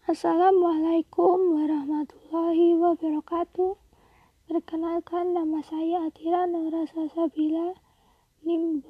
Assalamualaikum warahmatullahi wabarakatuh. Perkenalkan, nama saya Atira Nora Salsabila, NIM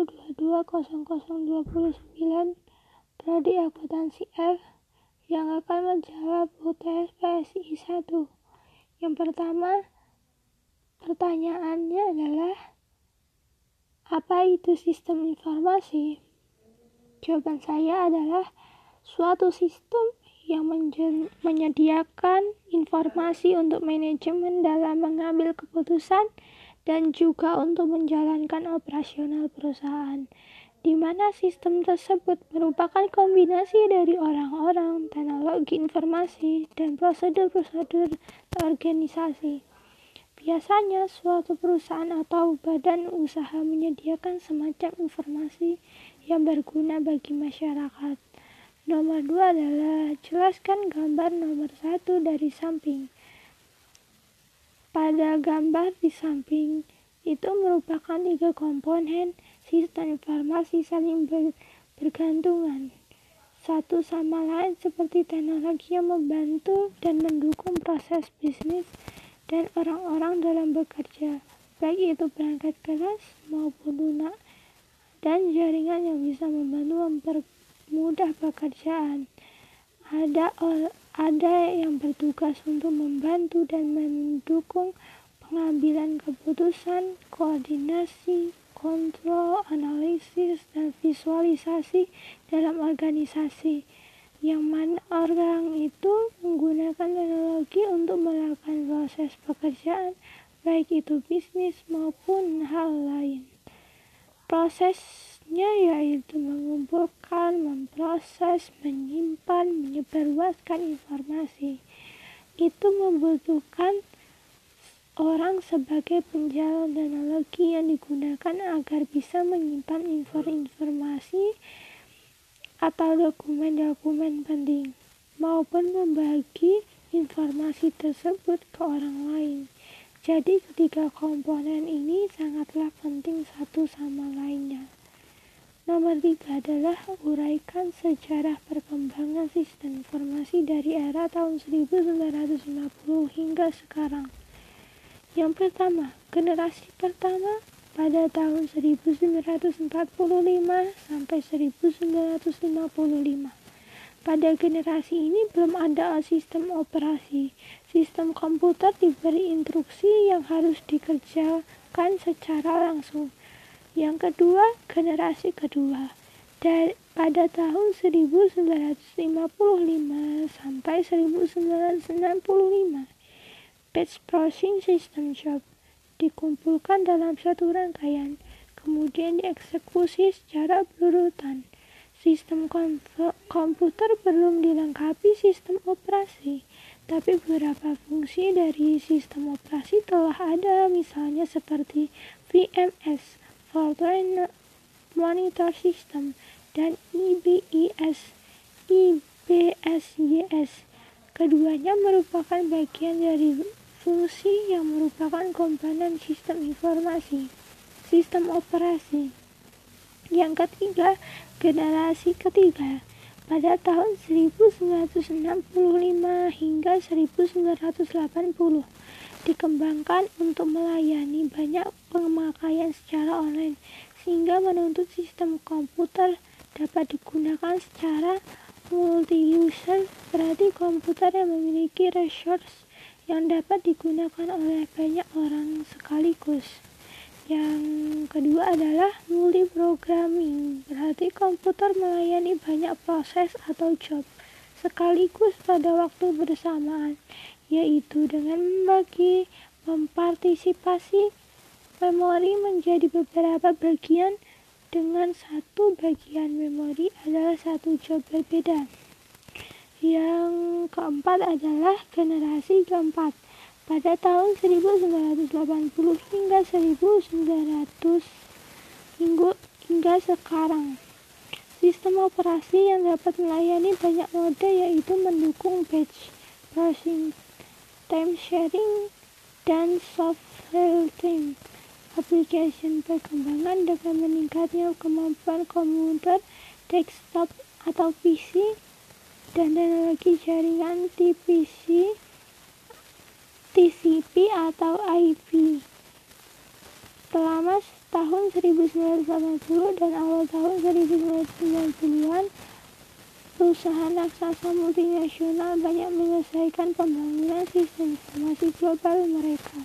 20220029, Prodi Akuntansi F, yang akan menjawab UTS PSI 1. Yang pertama, pertanyaannya adalah, apa itu sistem informasi? Jawaban saya adalah suatu sistem yang menyediakan informasi untuk manajemen dalam mengambil keputusan dan juga untuk menjalankan operasional perusahaan, di mana sistem tersebut merupakan kombinasi dari orang-orang, teknologi informasi, dan prosedur-prosedur organisasi. Biasanya suatu perusahaan atau badan usaha menyediakan semacam informasi yang berguna bagi masyarakat. Nomor 2 adalah jelaskan gambar nomor 1 dari samping. Pada gambar di samping itu merupakan 3 komponen sistem informasi saling bergantungan satu sama lain, seperti teknologi yang membantu dan mendukung proses bisnis dan orang-orang dalam bekerja, baik itu perangkat keras maupun lunak, dan jaringan yang bisa membantu mudah pekerjaan. Ada yang bertugas untuk membantu dan mendukung pengambilan keputusan, koordinasi, kontrol, analisis, dan visualisasi dalam organisasi, yang mana orang itu menggunakan teknologi untuk melakukan proses pekerjaan, baik itu bisnis maupun hal lain. Prosesnya yaitu mengumpulkan, memproses, menyimpan, menyebarluaskan informasi. Itu membutuhkan orang sebagai penjalan teknologi yang digunakan agar bisa menyimpan informasi atau dokumen-dokumen penting, maupun membagi informasi tersebut ke orang lain. Jadi ketiga komponen ini sangatlah penting satu sama lainnya. Nomor 3 adalah uraikan sejarah perkembangan sistem informasi dari era tahun 1950 hingga sekarang. Yang pertama, generasi pertama pada tahun 1945 sampai 1955. Pada generasi ini belum ada sistem operasi. Sistem komputer diberi instruksi yang harus dikerjakan secara langsung. Yang kedua, generasi kedua. Pada tahun 1955 sampai 1965, batch processing system job dikumpulkan dalam satu rangkaian, kemudian dieksekusi secara berurutan. Sistem komputer belum dilengkapi sistem operasi, tapi beberapa fungsi dari sistem operasi telah ada, misalnya seperti VMS, Virtual Monitor System, dan IBIS, IBSYS. Keduanya merupakan bagian dari fungsi yang merupakan komponen sistem informasi, sistem operasi. Yang ketiga, generasi ketiga. Pada tahun 1965 hingga 1980 dikembangkan untuk melayani banyak pemakaian secara online, sehingga menuntut sistem komputer dapat digunakan secara multi-user, berarti komputer yang memiliki resource yang dapat digunakan oleh banyak orang sekaligus. Yang kedua adalah multi-programming, berarti komputer melayani banyak proses atau job sekaligus pada waktu bersamaan, yaitu dengan membagi, mempartisipasi memori menjadi beberapa bagian, dengan satu bagian memori adalah satu job berbeda. Yang keempat adalah generasi keempat. Pada tahun 1980 hingga 1900 hingga sekarang, sistem operasi yang dapat melayani banyak mode, yaitu mendukung batch processing, time sharing, dan software team application. Perkembangan dengan meningkatnya kemampuan komputer desktop atau PC dan teknologi jaringan TCP atau IP. Selama tahun 1980 dan awal tahun 1990-an, perusahaan raksasa multinasional banyak menyelesaikan pembangunan sistem informasi global mereka.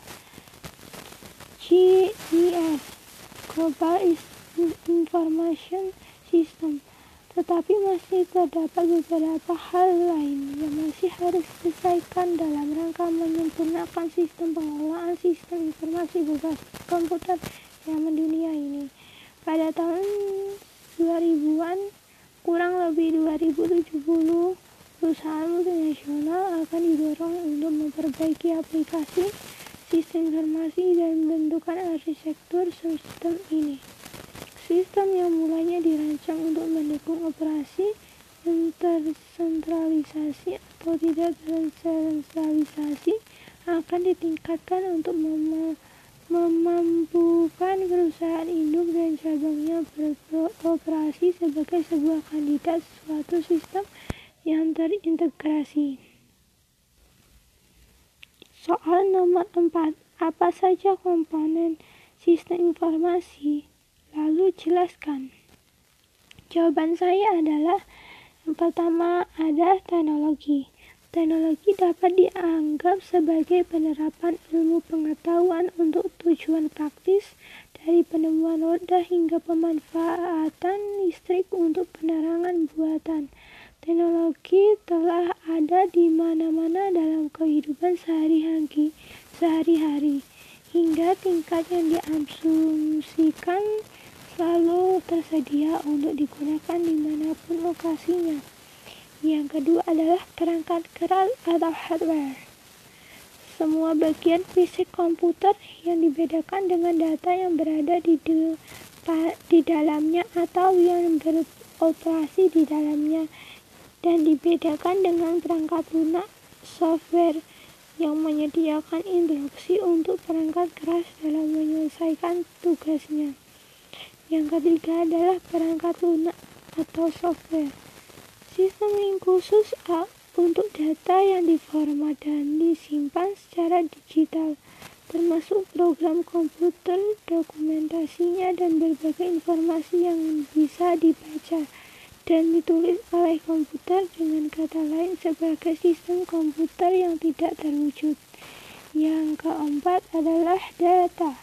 GIS, Global Information System. Tetapi masih terdapat beberapa hal lain yang masih harus diselesaikan dalam rangka menyempurnakan sistem pengelolaan sistem informasi berbasis komputer yang mendunia ini. Pada tahun 2000-an, kurang lebih 2070, perusahaan multinasional akan didorong untuk memperbaiki aplikasi sistem informasi dan menentukan arsitektur sistem ini. Sistem yang mulanya dirancang untuk mendukung operasi yang tersentralisasi atau tidak tersentralisasi akan ditingkatkan untuk memampukan perusahaan induk dan cabangnya beroperasi sebagai sebuah kandidat suatu sistem yang terintegrasi. Soal nomor 4. Apa saja komponen sistem informasi? Lalu jelaskan. Jawaban saya adalah yang pertama ada teknologi. Teknologi dapat dianggap sebagai penerapan ilmu pengetahuan untuk tujuan praktis, dari penemuan roda hingga pemanfaatan listrik untuk penerangan buatan. Teknologi telah ada di mana-mana dalam kehidupan sehari-hari, hingga tingkat yang diasumsikan selalu tersedia untuk digunakan dimanapun lokasinya. Yang kedua adalah perangkat keras atau hardware. Semua bagian fisik komputer yang dibedakan dengan data yang berada di dalamnya atau yang beroperasi di dalamnya, dan dibedakan dengan perangkat lunak software yang menyediakan instruksi untuk perangkat keras dalam menyelesaikan tugasnya. Yang ketiga adalah perangkat lunak atau software. Sistem yang khusus untuk data yang diformat dan disimpan secara digital, termasuk program komputer, dokumentasinya, dan berbagai informasi yang bisa dibaca dan ditulis oleh komputer, dengan kata lain sebagai sistem komputer yang tidak terwujud. Yang keempat adalah data.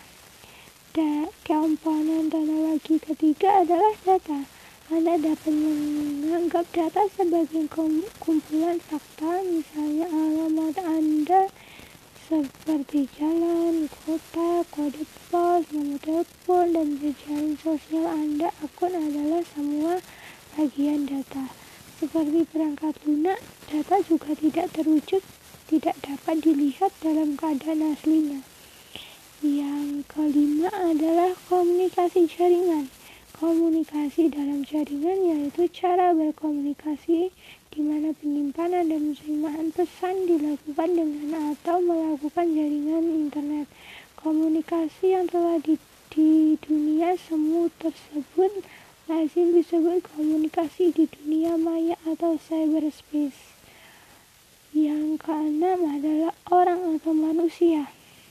Komponen teknologi ketiga adalah data. Anda dapat menganggap data sebagai kumpulan fakta, misalnya alamat Anda seperti jalan, kota, kode pos, nomor telepon, dan jejaring sosial Anda. Akun adalah semua bagian data. Seperti perangkat lunak, data juga tidak terwujud, tidak dapat dilihat dalam keadaan aslinya. Yang kelima adalah komunikasi jaringan. Komunikasi dalam jaringan yaitu cara berkomunikasi di mana penyimpanan dan penerimaan pesan dilakukan dengan atau melakukan jaringan internet. Komunikasi yang telah di dunia semu tersebut lazim disebut komunikasi di dunia maya atau cyberspace. Yang keenam adalah orang atau manusia.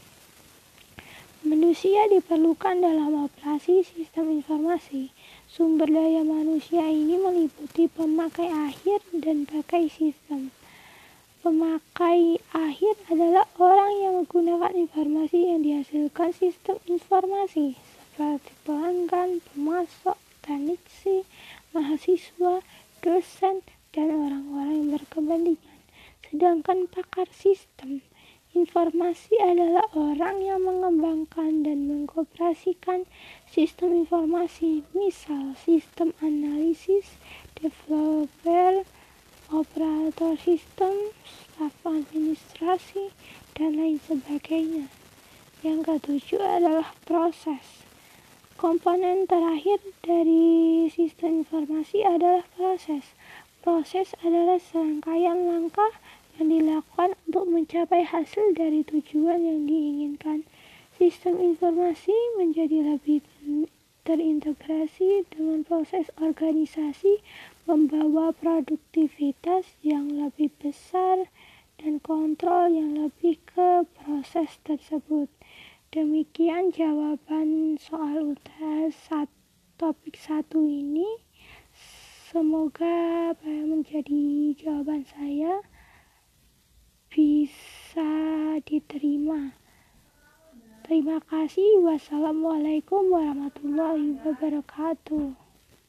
Manusia diperlukan dalam operasi sistem informasi. Sumber daya manusia ini meliputi pemakai akhir dan pakai sistem. Pemakai akhir adalah orang yang menggunakan informasi yang dihasilkan sistem informasi, seperti pelanggan, pemasok, teknisi, mahasiswa, dosen, dan orang-orang yang berkepentingan. Sedangkan pakar sistem informasi adalah orang yang mengembangkan dan mengoperasikan sistem informasi, misal sistem analisis, developer, operator sistem, staf administrasi, dan lain sebagainya. Yang ketujuh adalah proses. Komponen terakhir dari sistem informasi adalah proses. Proses adalah serangkaian langkah yang dilakukan untuk mencapai hasil dari tujuan yang diinginkan. Sistem informasi menjadi lebih terintegrasi dengan proses organisasi membawa produktivitas yang lebih besar dan kontrol yang lebih ke proses tersebut. Demikian jawaban soal UTS topik 1 ini. Semoga apa yang menjadi jawaban saya bisa diterima. Terima kasih. Wassalamualaikum warahmatullahi wabarakatuh.